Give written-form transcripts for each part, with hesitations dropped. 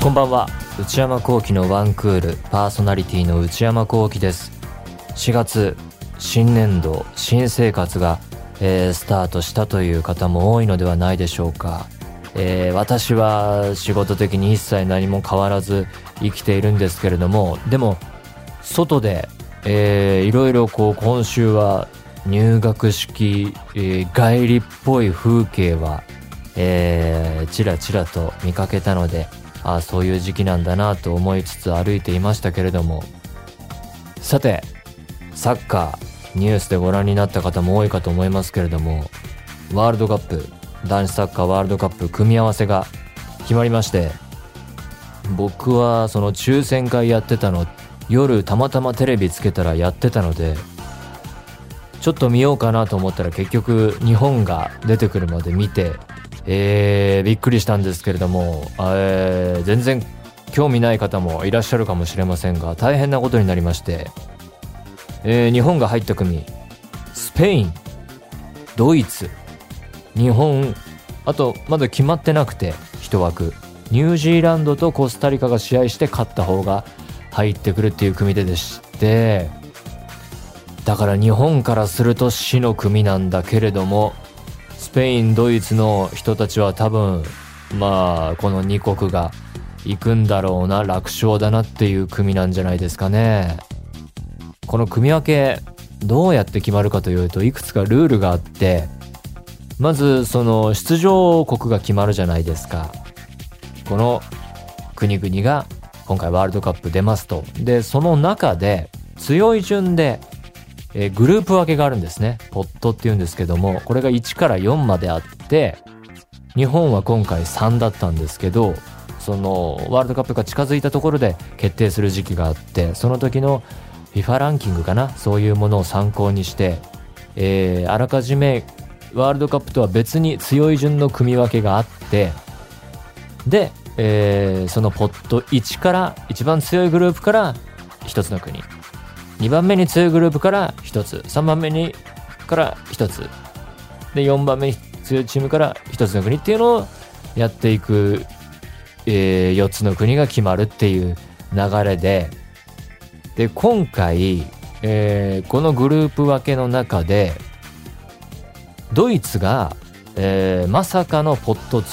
こんばんは。内山聖輝のワンクールパーソナリティの内山聖輝です。4月新年度新生活が、スタートしたという方も多いのではないでしょうか。私は仕事的に一切何も変わらず生きているんですけれども、でも外で、いろいろ今週は入学式、帰りっぽい風景は、ちらちらと見かけたので、そういう時期なんだなと思いつつ歩いていましたけれども、さてサッカーニュースでご覧になった方も多いかと思いますけれども、ワールドカップ男子サッカーワールドカップ組み合わせが決まりまして、僕はその抽選会やってたの夜たまたまテレビつけたらやってたのでちょっと見ようかなと思ったら結局日本が出てくるまで見て、びっくりしたんですけれども、全然興味ない方もいらっしゃるかもしれませんが、大変なことになりまして、日本が入った組、スペイン、ドイツ、日本、あとまだ決まってなくて一枠、ニュージーランドとコスタリカが試合して勝った方が入ってくるっていう組でして、だから日本からすると死の組なんだけれども、スペインドイツの人たちは多分この2国が行くんだろうな、楽勝だなっていう組なんじゃないですかね。この組み分けどうやって決まるかというと、いくつかルールがあって、まずその出場国が決まるじゃないですか。この国々が今回ワールドカップ出ますと。でその中で強い順でグループ分けがあるんですね。ポットっていうんですけども、これが1から4まであって、日本は今回3だったんですけど、そのワールドカップが近づいたところで決定する時期があって、その時の FIFA ランキングかな、そういうものを参考にして、あらかじめワールドカップとは別に強い順の組み分けがあって、で、そのポット1から一番強いグループから1つの国、2番目に強いグループから1つ、3番目にから1つで、4番目に強いチームから1つの国っていうのをやっていく、4つの国が決まるっていう流れで、今回、このグループ分けの中でドイツが、まさかのポット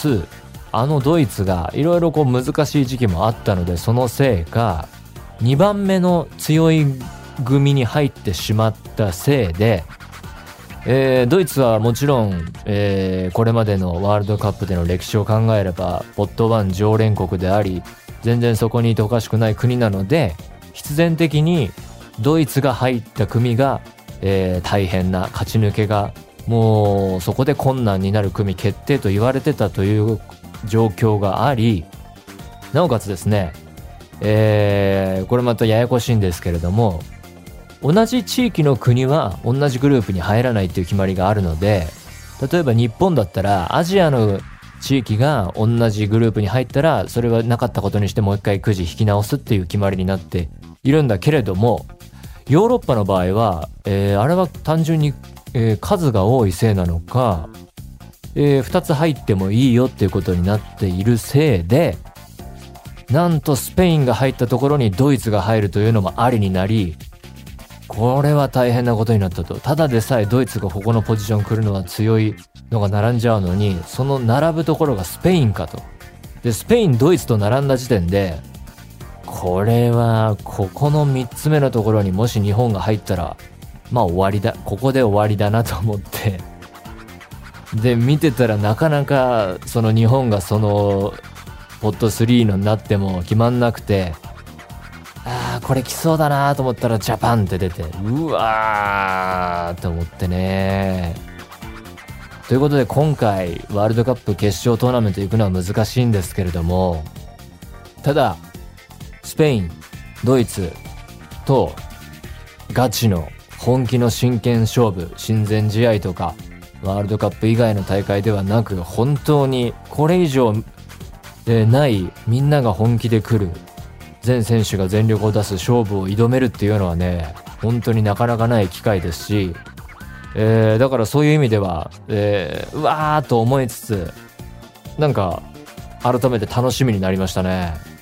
2、ドイツがいろいろ難しい時期もあったので、そのせいか2番目の強い組に入ってしまったせいで、ドイツはもちろん、これまでのワールドカップでの歴史を考えればポット1常連国であり、全然そこにいておかしくない国なので、必然的にドイツが入った組が、大変な勝ち抜けがもうそこで困難になる組決定と言われてたという状況があり、なおかつですね、これまたややこしいんですけれども、同じ地域の国は同じグループに入らないっていう決まりがあるので、例えば日本だったらアジアの地域が同じグループに入ったら、それはなかったことにしてもう一回くじ引き直すっていう決まりになっているんだけれども、ヨーロッパの場合は、あれは単純に、数が多いせいなのか、2つ入ってもいいよっていうことになっているせいで、なんとスペインが入ったところにドイツが入るというのもありになり、これは大変なことになったと。ただでさえドイツがここのポジション来るのは強いのが並んじゃうのに、その並ぶところがスペインかと。でスペインドイツと並んだ時点で、これはここの3つ目のところにもし日本が入ったら終わりだ、ここで終わりだなと思って、で見てたらなかなかその日本がそのポット3のになっても決まんなくて、これ来そうだなと思ったらジャパンって出て、うわーと思ってね。ということで今回ワールドカップ決勝トーナメント行くのは難しいんですけれども、ただスペイン、ドイツとガチの本気の真剣勝負、親善試合とかワールドカップ以外の大会ではなく、本当にこれ以上ないみんなが本気で来る、全選手が全力を出す勝負を挑めるっていうのはね、本当になかなかない機会ですし、だからそういう意味では、うわーと思いつつ、なんか改めて楽しみになりましたね。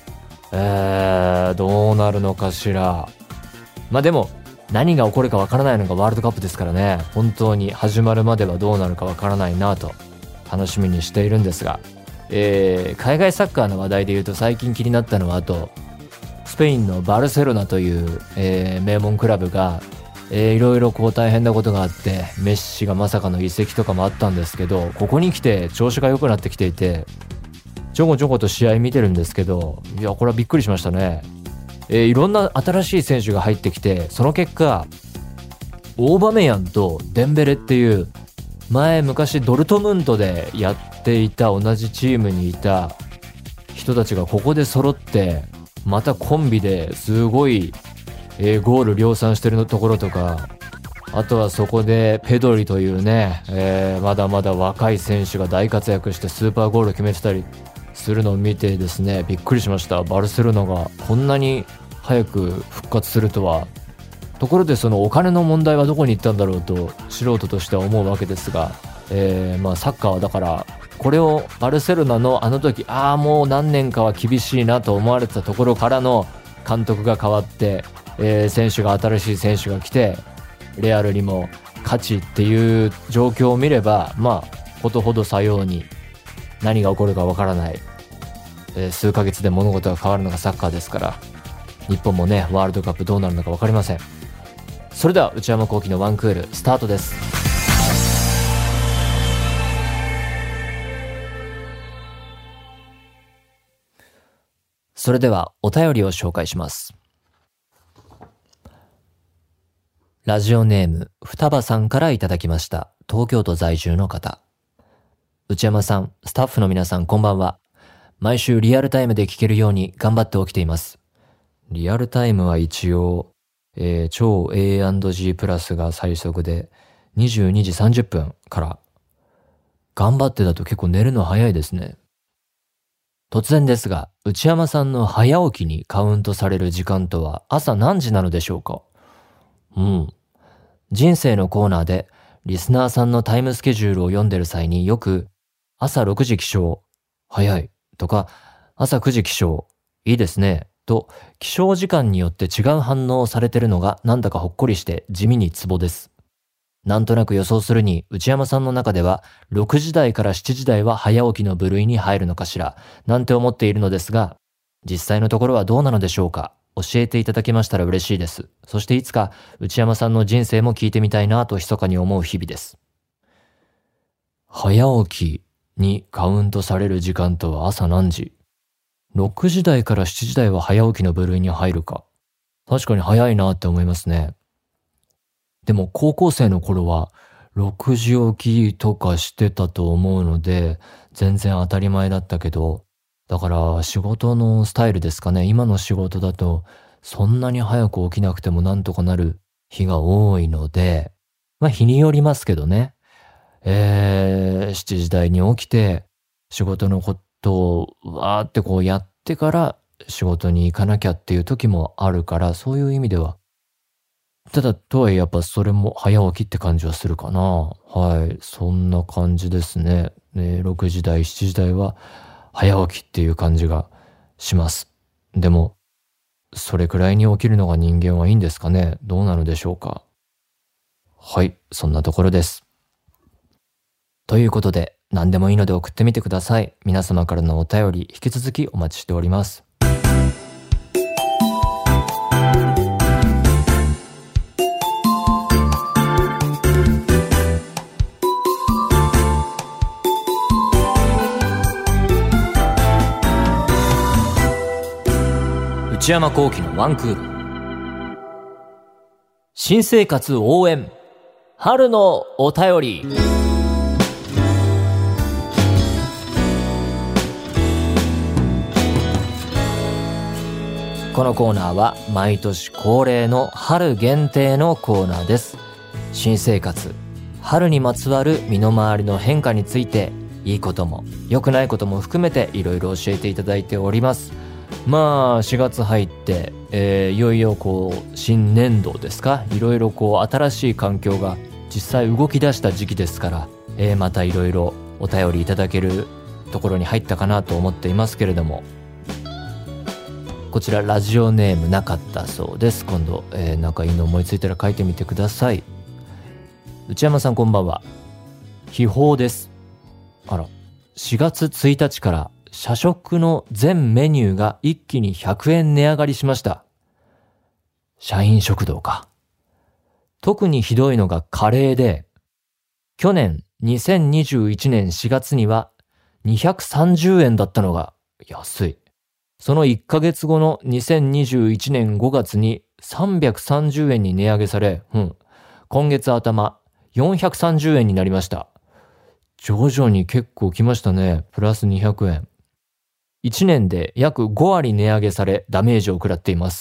どうなるのかしら。でも何が起こるかわからないのがワールドカップですからね、本当に始まるまではどうなるかわからないなと楽しみにしているんですが、海外サッカーの話題で言うと最近気になったのは、あとスペインのバルセロナという、名門クラブが、いろいろ大変なことがあって、メッシがまさかの移籍とかもあったんですけど、ここに来て調子が良くなってきていて、ちょこちょこと試合見てるんですけど、いやこれはびっくりしましたね。いろんな新しい選手が入ってきて、その結果オーバメヤンとデンベレっていう昔ドルトムントでやっていた同じチームにいた人たちがここで揃ってまたコンビですごい、ゴール量産してるところとか、あとはそこでペドリというね、まだまだ若い選手が大活躍してスーパーゴール決めてたりするのを見てですね、びっくりしました。バルセロナがこんなに早く復活するとは。ところでそのお金の問題はどこに行ったんだろうと素人としては思うわけですが、サッカーはだからこれをバルセロナのあの時もう何年かは厳しいなと思われてたところからの監督が変わって、新しい選手が来てレアルにも勝ちっていう状況を見れば、ことほどさように何が起こるかわからない、数ヶ月で物事が変わるのがサッカーですから、日本もねワールドカップどうなるのか分かりません。それでは内山聖輝のワンクールスタートです。それではお便りを紹介します。ラジオネーム双葉さんからいただきました。東京都在住の方。内山さん、スタッフの皆さん、こんばんは。毎週リアルタイムで聞けるように頑張って起きています。リアルタイムは一応、超 A&G プラスが最速で22時30分から。頑張ってだと結構寝るの早いですね。突然ですが、内山さんの早起きにカウントされる時間とは朝何時なのでしょうか？人生のコーナーでリスナーさんのタイムスケジュールを読んでる際によく朝6時起床、早いとか朝9時起床、いいですねと起床時間によって違う反応をされてるのがなんだかほっこりして地味にツボです。なんとなく予想するに内山さんの中では6時台から7時台は早起きの部類に入るのかしらなんて思っているのですが、実際のところはどうなのでしょうか？教えていただけましたら嬉しいです。そしていつか内山さんの人生も聞いてみたいなと密かに思う日々です。早起きにカウントされる時間とは朝何時？6時台から7時台は早起きの部類に入るか。確かに早いなって思いますね。でも高校生の頃は6時起きとかしてたと思うので全然当たり前だったけど、だから仕事のスタイルですかね。今の仕事だとそんなに早く起きなくてもなんとかなる日が多いので、日によりますけどね。7時台に起きて仕事のことをわーってやってから仕事に行かなきゃっていう時もあるから、そういう意味では。ただとはいえやっぱそれも早起きって感じはするかな。はい、そんな感じですね。6時台、7時台は早起きっていう感じがします。でもそれくらいに起きるのが人間はいいんですかね。どうなのでしょうか。はい、そんなところです。ということで何でもいいので送ってみてください。皆様からのお便り引き続きお待ちしております。内山聖輝のワンクール。新生活応援春のお便り。このコーナーは毎年恒例の春限定のコーナーです。新生活、春にまつわる身の回りの変化について、いいことも良くないことも含めていろいろ教えていただいております。4月入って、いよいよ新年度ですか、いろいろ新しい環境が実際動き出した時期ですから、またいろいろお便りいただけるところに入ったかなと思っていますけれども、 こちらラジオネームなかったそうです。今度、なんかいいの思いついたら書いてみてください。内山さんこんばんは。秘宝です。あら、4月1日から社食の全メニューが一気に100円値上がりしました。社員食堂か。特にひどいのがカレーで、去年2021年4月には230円だったのが安い。その1ヶ月後の2021年5月に330円に値上げされ、今月頭430円になりました。徐々に結構来ましたね。プラス200円。1年で約5割値上げされダメージを食らっています。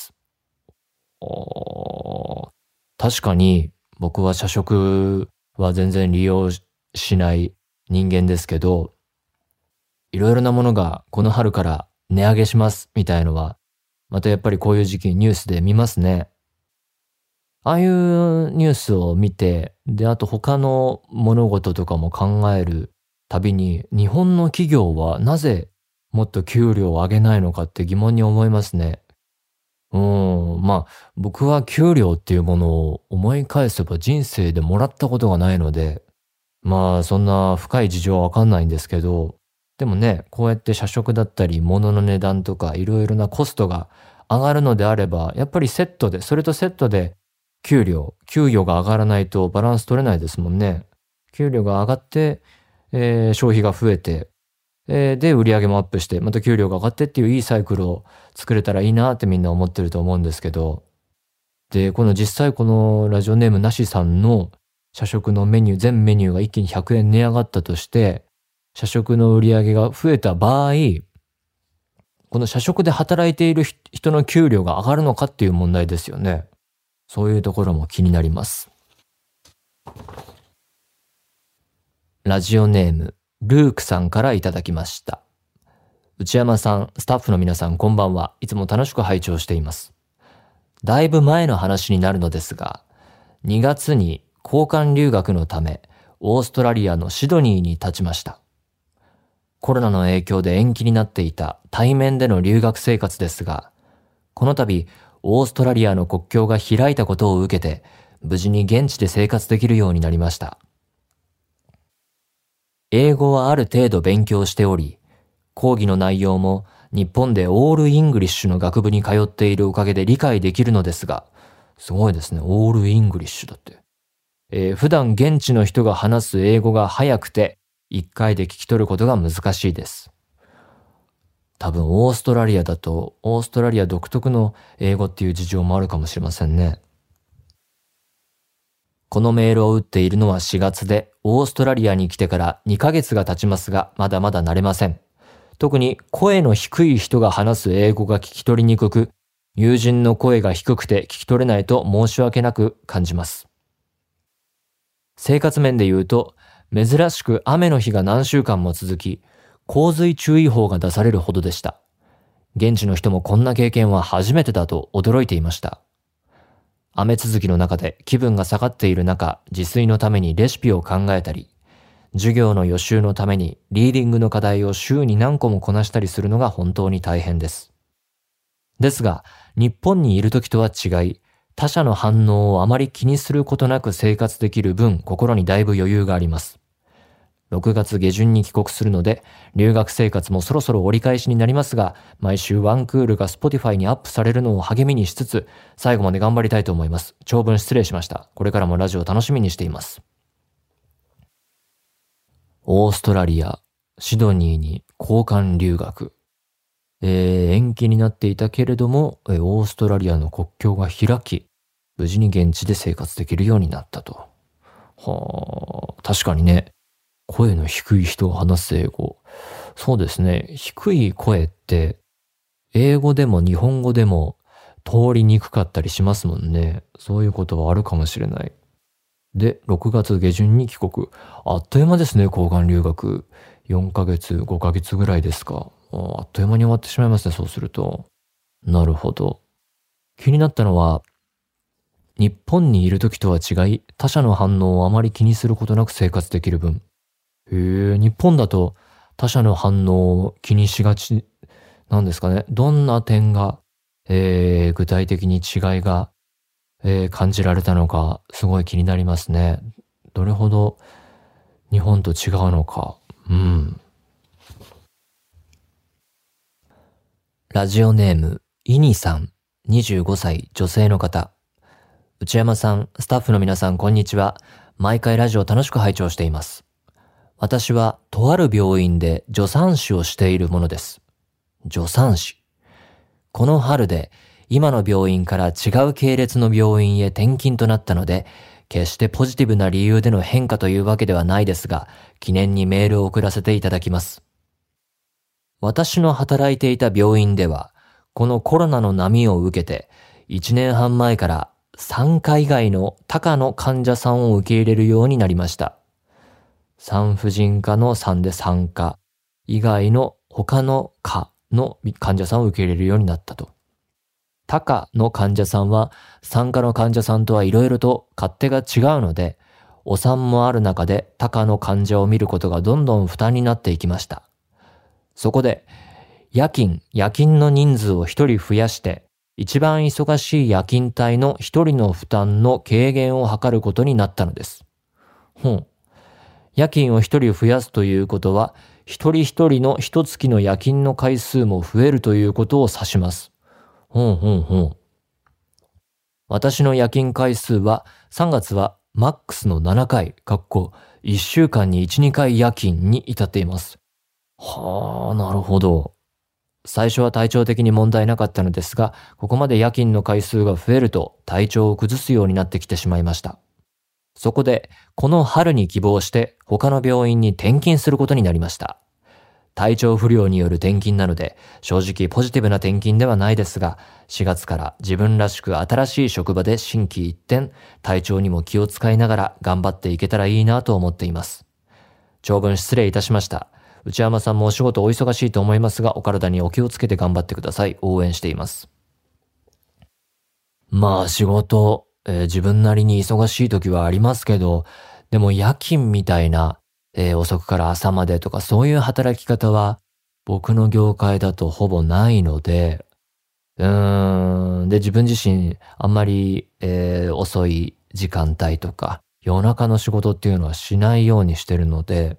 確かに僕は社食は全然利用しない人間ですけど、いろいろなものがこの春から値上げしますみたいのは、またやっぱりこういう時期ニュースで見ますね。ああいうニュースを見て、で、あと他の物事とかも考えるたびに、日本の企業はなぜもっと給料を上げないのかって疑問に思いますね。僕は給料っていうものを思い返せば人生でもらったことがないので、そんな深い事情はわかんないんですけど、でもね、こうやって社食だったり物の値段とかいろいろなコストが上がるのであれば、やっぱりそれとセットで給与が上がらないとバランス取れないですもんね。給料が上がって、消費が増えて、で、売り上げもアップして、また給料が上がってっていういいサイクルを作れたらいいなってみんな思ってると思うんですけど、で、実際このラジオネームなしさんの社食の全メニューが一気に100円値上がったとして、社食の売り上げが増えた場合、この社食で働いている人の給料が上がるのかっていう問題ですよね。そういうところも気になります。ラジオネーム、ルークさんからいただきました。内山さん、スタッフの皆さんこんばんは。いつも楽しく拝聴しています。だいぶ前の話になるのですが、2月に交換留学のため、オーストラリアのシドニーに立ちました。コロナの影響で延期になっていた対面での留学生活ですが、この度、オーストラリアの国境が開いたことを受けて、無事に現地で生活できるようになりました。英語はある程度勉強しており、講義の内容も日本でオールイングリッシュの学部に通っているおかげで理解できるのですが、すごいですね、オールイングリッシュだって。普段現地の人が話す英語が早くて、一回で聞き取ることが難しいです。多分オーストラリアだと、オーストラリア独特の英語っていう事情もあるかもしれませんね。このメールを打っているのは4月で、オーストラリアに来てから2ヶ月が経ちますが、まだまだ慣れません。特に声の低い人が話す英語が聞き取りにくく、友人の声が低くて聞き取れないと申し訳なく感じます。生活面で言うと、珍しく雨の日が何週間も続き、洪水注意報が出されるほどでした。現地の人もこんな経験は初めてだと驚いていました。雨続きの中で気分が下がっている中、自炊のためにレシピを考えたり、授業の予習のためにリーディングの課題を週に何個もこなしたりするのが本当に大変です。ですが、日本にいる時とは違い、他者の反応をあまり気にすることなく生活できる分、心にだいぶ余裕があります。6月下旬に帰国するので、留学生活もそろそろ折り返しになりますが、毎週ワンクールが Spotify にアップされるのを励みにしつつ、最後まで頑張りたいと思います。長文失礼しました。これからもラジオ楽しみにしています。オーストラリア、シドニーに交換留学。延期になっていたけれども、オーストラリアの国境が開き、無事に現地で生活できるようになったと。確かにね、声の低い人が話す英語。そうですね、低い声って、英語でも日本語でも通りにくかったりしますもんね。そういうことはあるかもしれない。で、6月下旬に帰国。あっという間ですね、交換留学。4ヶ月、5ヶ月ぐらいですか。あっという間に終わってしまいますね、そうすると。なるほど。気になったのは、日本にいる時とは違い、他者の反応をあまり気にすることなく生活できる分。日本だと他者の反応を気にしがちなんですかね。どんな点が具体的に違いが、感じられたのか、すごい気になりますね。どれほど日本と違うのか。ラジオネーム、イニさん、25歳、女性の方。内山さん、スタッフの皆さん、こんにちは。毎回ラジオ楽しく拝聴しています。私は、とある病院で助産師をしているものです。助産師。この春で、今の病院から違う系列の病院へ転勤となったので、決してポジティブな理由での変化というわけではないですが、記念にメールを送らせていただきます。私の働いていた病院では、このコロナの波を受けて、1年半前から産科以外の他科の患者さんを受け入れるようになりました。産婦人科の産で産科以外の他の科の患者さんを受け入れるようになったと。他科の患者さんは産科の患者さんとはいろいろと勝手が違うので、お産もある中で他科の患者を見ることがどんどん負担になっていきました。そこで、夜勤の人数を一人増やして、一番忙しい夜勤帯の一人の負担の軽減を図ることになったのです。夜勤を一人増やすということは、一人一人の一月の夜勤の回数も増えるということを指します。私の夜勤回数は、3月はマックスの7回、1週間に1、2回夜勤に至っています。はあ、なるほど。最初は体調的に問題なかったのですが、ここまで夜勤の回数が増えると体調を崩すようになってきてしまいました。そこで、この春に希望して他の病院に転勤することになりました。体調不良による転勤なので、正直ポジティブな転勤ではないですが、4月から自分らしく新しい職場で心機一転、体調にも気を使いながら頑張っていけたらいいなと思っています。長文失礼いたしました。内山さんもお仕事お忙しいと思いますが、お体にお気をつけて頑張ってください。応援しています。まあ仕事、自分なりに忙しい時はありますけど、でも夜勤みたいな、遅くから朝までとかそういう働き方は僕の業界だとほぼないので、で自分自身あんまり、遅い時間帯とか夜中の仕事っていうのはしないようにしてるので、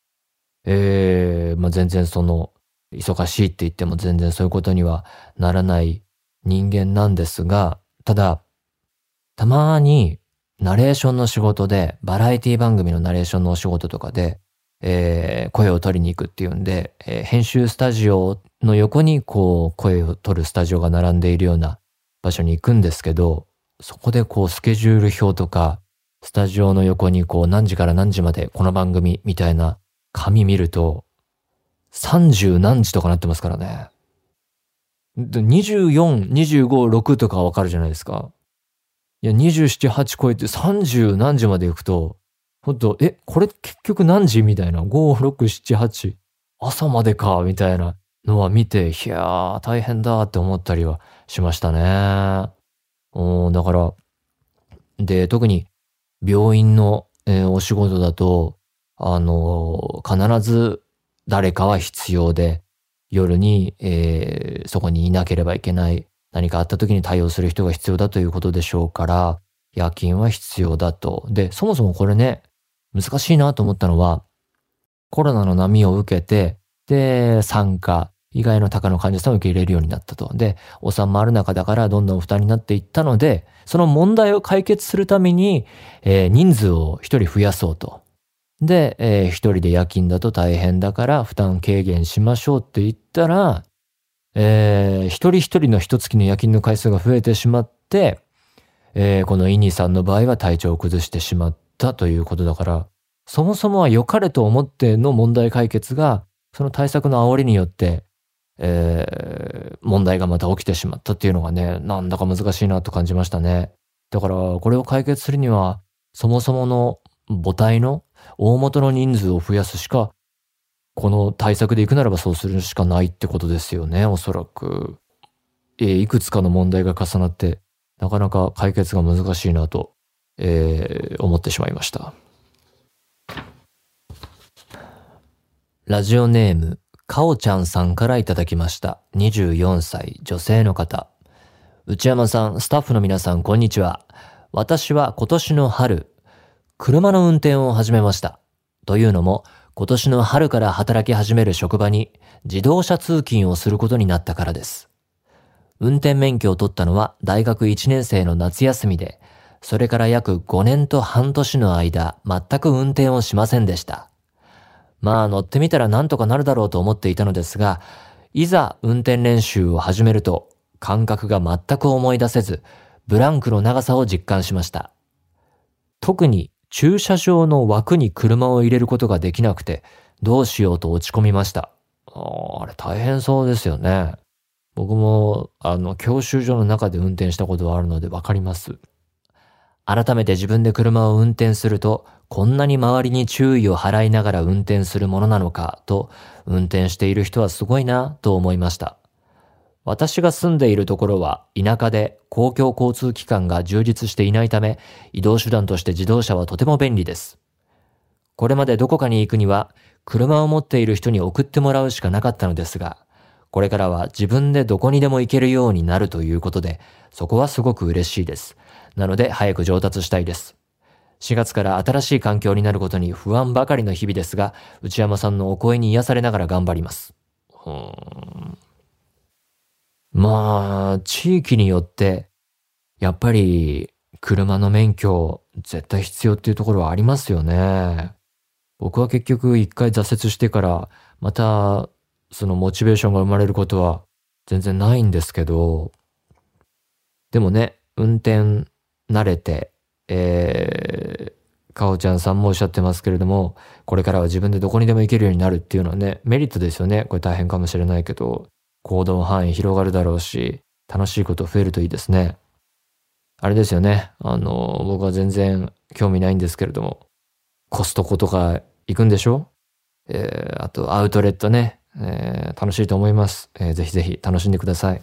全然忙しいって言っても全然そういうことにはならない人間なんですが、ただ、たまにナレーションの仕事で、バラエティ番組のナレーションのお仕事とかで、声を取りに行くっていうんで、編集スタジオの横に声を取るスタジオが並んでいるような場所に行くんですけど、そこでスケジュール表とか、スタジオの横に何時から何時までこの番組みたいな紙見ると、30何時とかなってますからね。24、25、6とかわかるじゃないですか。いや、27、8超えて30何時まで行くと、これ結局何時みたいな。5、6、7、8。朝までか、みたいなのは見て、いやー、大変だって思ったりはしましたね。だから、で、特に病院の、お仕事だと、必ず誰かは必要で、夜に、そこにいなければいけない、何かあった時に対応する人が必要だということでしょうから、夜勤は必要だと。で、そもそもこれね、難しいなと思ったのは、コロナの波を受けて、で、産科以外の他科の患者さんを受け入れるようになったと。で、お産もある中だからどんどん負担になっていったので、その問題を解決するために、人数を一人増やそうと。で、一人で夜勤だと大変だから負担軽減しましょうって言ったら、一人一人の一月の夜勤の回数が増えてしまって、このイニさんの場合は体調を崩してしまったということだから、そもそもは良かれと思っての問題解決が、その対策の煽りによって、問題がまた起きてしまったっていうのがね、なんだか難しいなと感じましたね。だから、これを解決するには、そもそもの母体の大元の人数を増やすしか、この対策でいくならばそうするしかないってことですよね、おそらく。いくつかの問題が重なって、なかなか解決が難しいなと、思ってしまいました。ラジオネーム、かおちゃんさんからいただきました。24歳、女性の方。 内山さん、スタッフの皆さん、こんにちは。私は今年の春、車の運転を始めました。というのも、今年の春から働き始める職場に自動車通勤をすることになったからです。運転免許を取ったのは大学1年生の夏休みで、それから約5年と半年の間、全く運転をしませんでした。まあ乗ってみたらなんとかなるだろうと思っていたのですが、いざ運転練習を始めると、感覚が全く思い出せず、ブランクの長さを実感しました。特に駐車場の枠に車を入れることができなくて、どうしようと落ち込みました。あれ大変そうですよね。僕も、教習所の中で運転したことはあるのでわかります。改めて自分で車を運転すると、こんなに周りに注意を払いながら運転するものなのかと、運転している人はすごいなと思いました。私が住んでいるところは田舎で公共交通機関が充実していないため、移動手段として自動車はとても便利です。これまでどこかに行くには、車を持っている人に送ってもらうしかなかったのですが、これからは自分でどこにでも行けるようになるということで、そこはすごく嬉しいです。なので早く上達したいです。4月から新しい環境になることに不安ばかりの日々ですが、内山さんのお声に癒されながら頑張ります。まあ、地域によって、やっぱり車の免許絶対必要っていうところはありますよね。僕は結局一回挫折してから、またそのモチベーションが生まれることは全然ないんですけど、でもね、運転慣れて、かおちゃんさんもおっしゃってますけれども、これからは自分でどこにでも行けるようになるっていうのはね、メリットですよね。これ大変かもしれないけど、行動範囲広がるだろうし、楽しいこと増えるといいですね。あれですよね。僕は全然興味ないんですけれども、コストコとか行くんでしょ？あとアウトレットね、楽しいと思います。ぜひぜひ楽しんでください。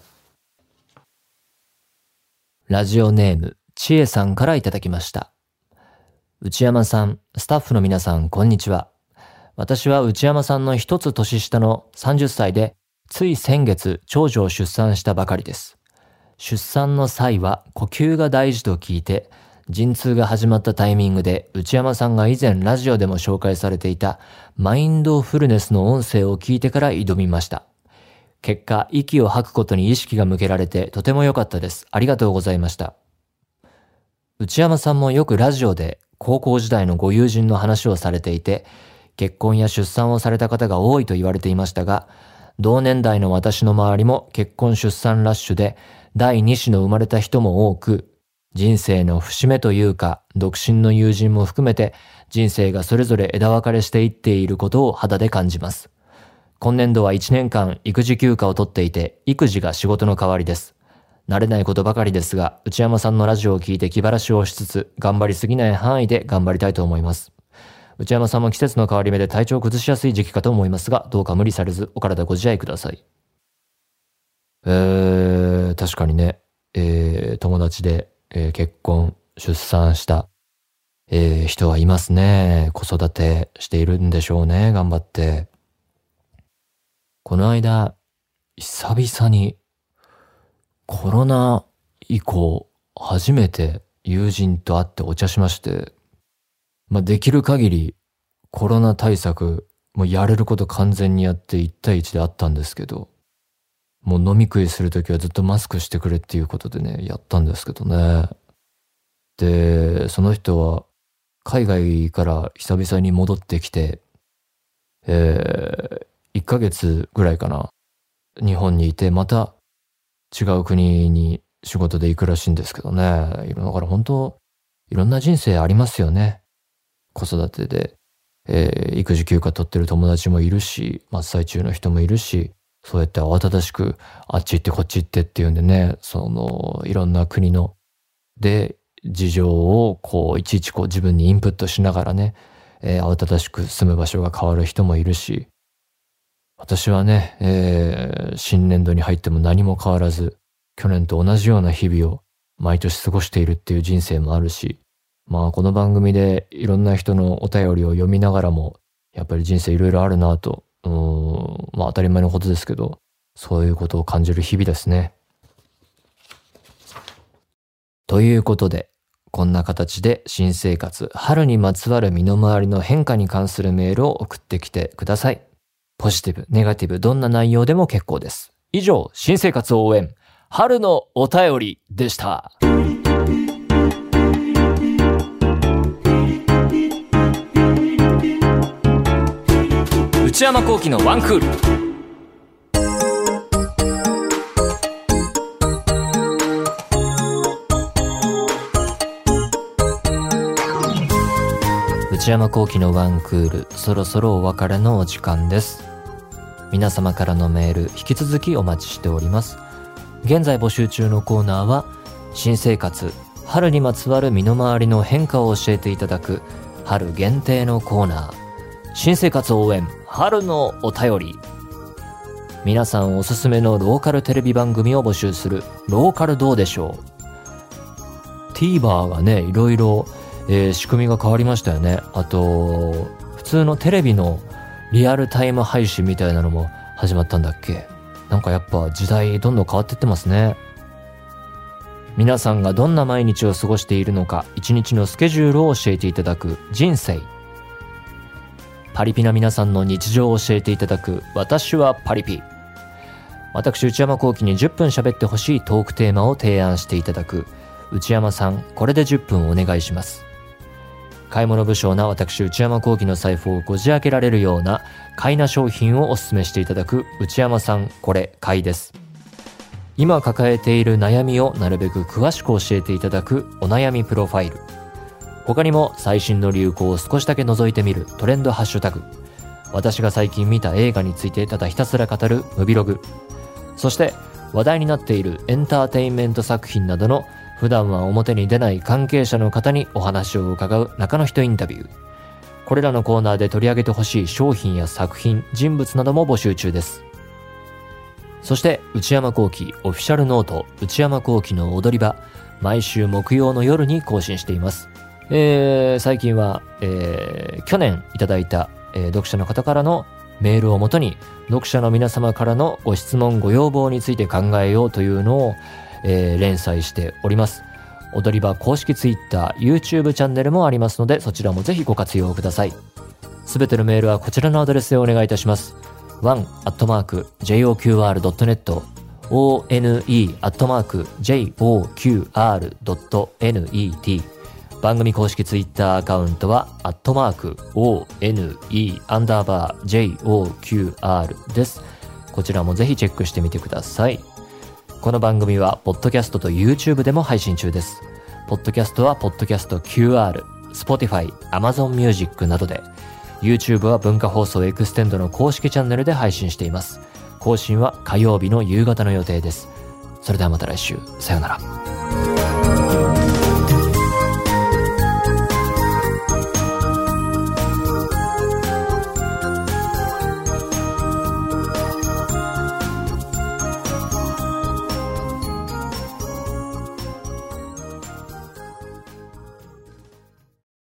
ラジオネーム、ちえさんからいただきました。内山さん、スタッフの皆さん、こんにちは。私は内山さんの一つ年下の30歳で、つい先月、長女を出産したばかりです。出産の際は呼吸が大事と聞いて、陣痛が始まったタイミングで内山さんが以前ラジオでも紹介されていたマインドフルネスの音声を聞いてから挑みました。結果、息を吐くことに意識が向けられてとても良かったです。ありがとうございました。内山さんもよくラジオで高校時代のご友人の話をされていて、結婚や出産をされた方が多いと言われていましたが、同年代の私の周りも結婚出産ラッシュで第二子の生まれた人も多く、人生の節目というか、独身の友人も含めて人生がそれぞれ枝分かれしていっていることを肌で感じます。今年度は1年間育児休暇を取っていて、育児が仕事の代わりです。慣れないことばかりですが、内山さんのラジオを聞いて気晴らしをしつつ、頑張りすぎない範囲で頑張りたいと思います。内山さんも季節の変わり目で体調を崩しやすい時期かと思いますが、どうか無理されずお体ご自愛ください。確かにね、友達で、結婚、出産した、人はいますね。子育てしているんでしょうね。頑張って。この間、久々にコロナ以降初めて友人と会ってお茶しまして、できる限りコロナ対策もやれること完全にやって1対1で会ったんですけど、もう飲み食いするときはずっとマスクしてくれっていうことでね、やったんですけどね。で、その人は海外から久々に戻ってきて、1ヶ月ぐらいかな。日本にいて、また違う国に仕事で行くらしいんですけどね。だから本当、いろんな人生ありますよね。子育てで、育児休暇取ってる友達もいるし、真っ最中の人もいるし、そうやって慌ただしくあっち行ってこっち行ってっていうんでね、いろんな国の、で、事情をいちいち自分にインプットしながらね、慌ただしく住む場所が変わる人もいるし、私はね、新年度に入っても何も変わらず、去年と同じような日々を毎年過ごしているっていう人生もあるし、この番組でいろんな人のお便りを読みながらも、やっぱり人生いろいろあるなと、当たり前のことですけど、そういうことを感じる日々ですね。 ということで、こんな形で新生活、春にまつわる身の回りの変化に関するメールを送ってきてください。ポジティブ、ネガティブ、どんな内容でも結構です。以上、新生活応援、春のお便りでした。内山聖輝のワンクール。内山聖輝のワンクール、そろそろお別れのお時間です。皆様からのメール引き続きお待ちしております。現在募集中のコーナーは、新生活、春にまつわる身の回りの変化を教えていただく春限定のコーナー、新生活応援春のお便り。皆さんおすすめのローカルテレビ番組を募集するローカルどうでしょう。 TVer がね、いろいろ仕組みが変わりましたよね。あと普通のテレビのリアルタイム配信みたいなのも始まったんだっけ。なんかやっぱ時代どんどん変わってってますね。皆さんがどんな毎日を過ごしているのか、一日のスケジュールを教えていただく人生。パリピな皆さんの日常を教えていただく私はパリピ。私内山聖輝に10分喋ってほしいトークテーマを提案していただく内山さん、これで10分お願いします。買い物不詳な私内山聖輝の財布をこじ開けられるような買いな商品をお勧めしていただく内山さん、これ買いです。今抱えている悩みをなるべく詳しく教えていただくお悩みプロファイル。他にも最新の流行を少しだけ覗いてみるトレンドハッシュタグ。私が最近見た映画についてただひたすら語るムビログ。そして話題になっているエンターテインメント作品などの普段は表に出ない関係者の方にお話を伺う中の人インタビュー。これらのコーナーで取り上げてほしい商品や作品、人物なども募集中です。そして内山聖輝オフィシャルノート内山聖輝の踊り場、毎週木曜の夜に更新しています。最近は、去年いただいた、読者の方からのメールをもとに読者の皆様からのご質問ご要望について考えようというのを、連載しております。踊り場公式 Twitter、YouTube チャンネルもありますので、そちらもぜひご活用ください。すべてのメールはこちらのアドレスでお願いいたします。one@joqr.net one@joqr.net。 番組公式 Twitter アカウントは@one_joqr です。こちらもぜひチェックしてみてください。この番組はポッドキャストと YouTube でも配信中です。ポッドキャストはポッドキャスト QR、Spotify、Amazon Music などで、YouTube は文化放送エクステンドの公式チャンネルで配信しています。更新は火曜日の夕方の予定です。それではまた来週。さようなら。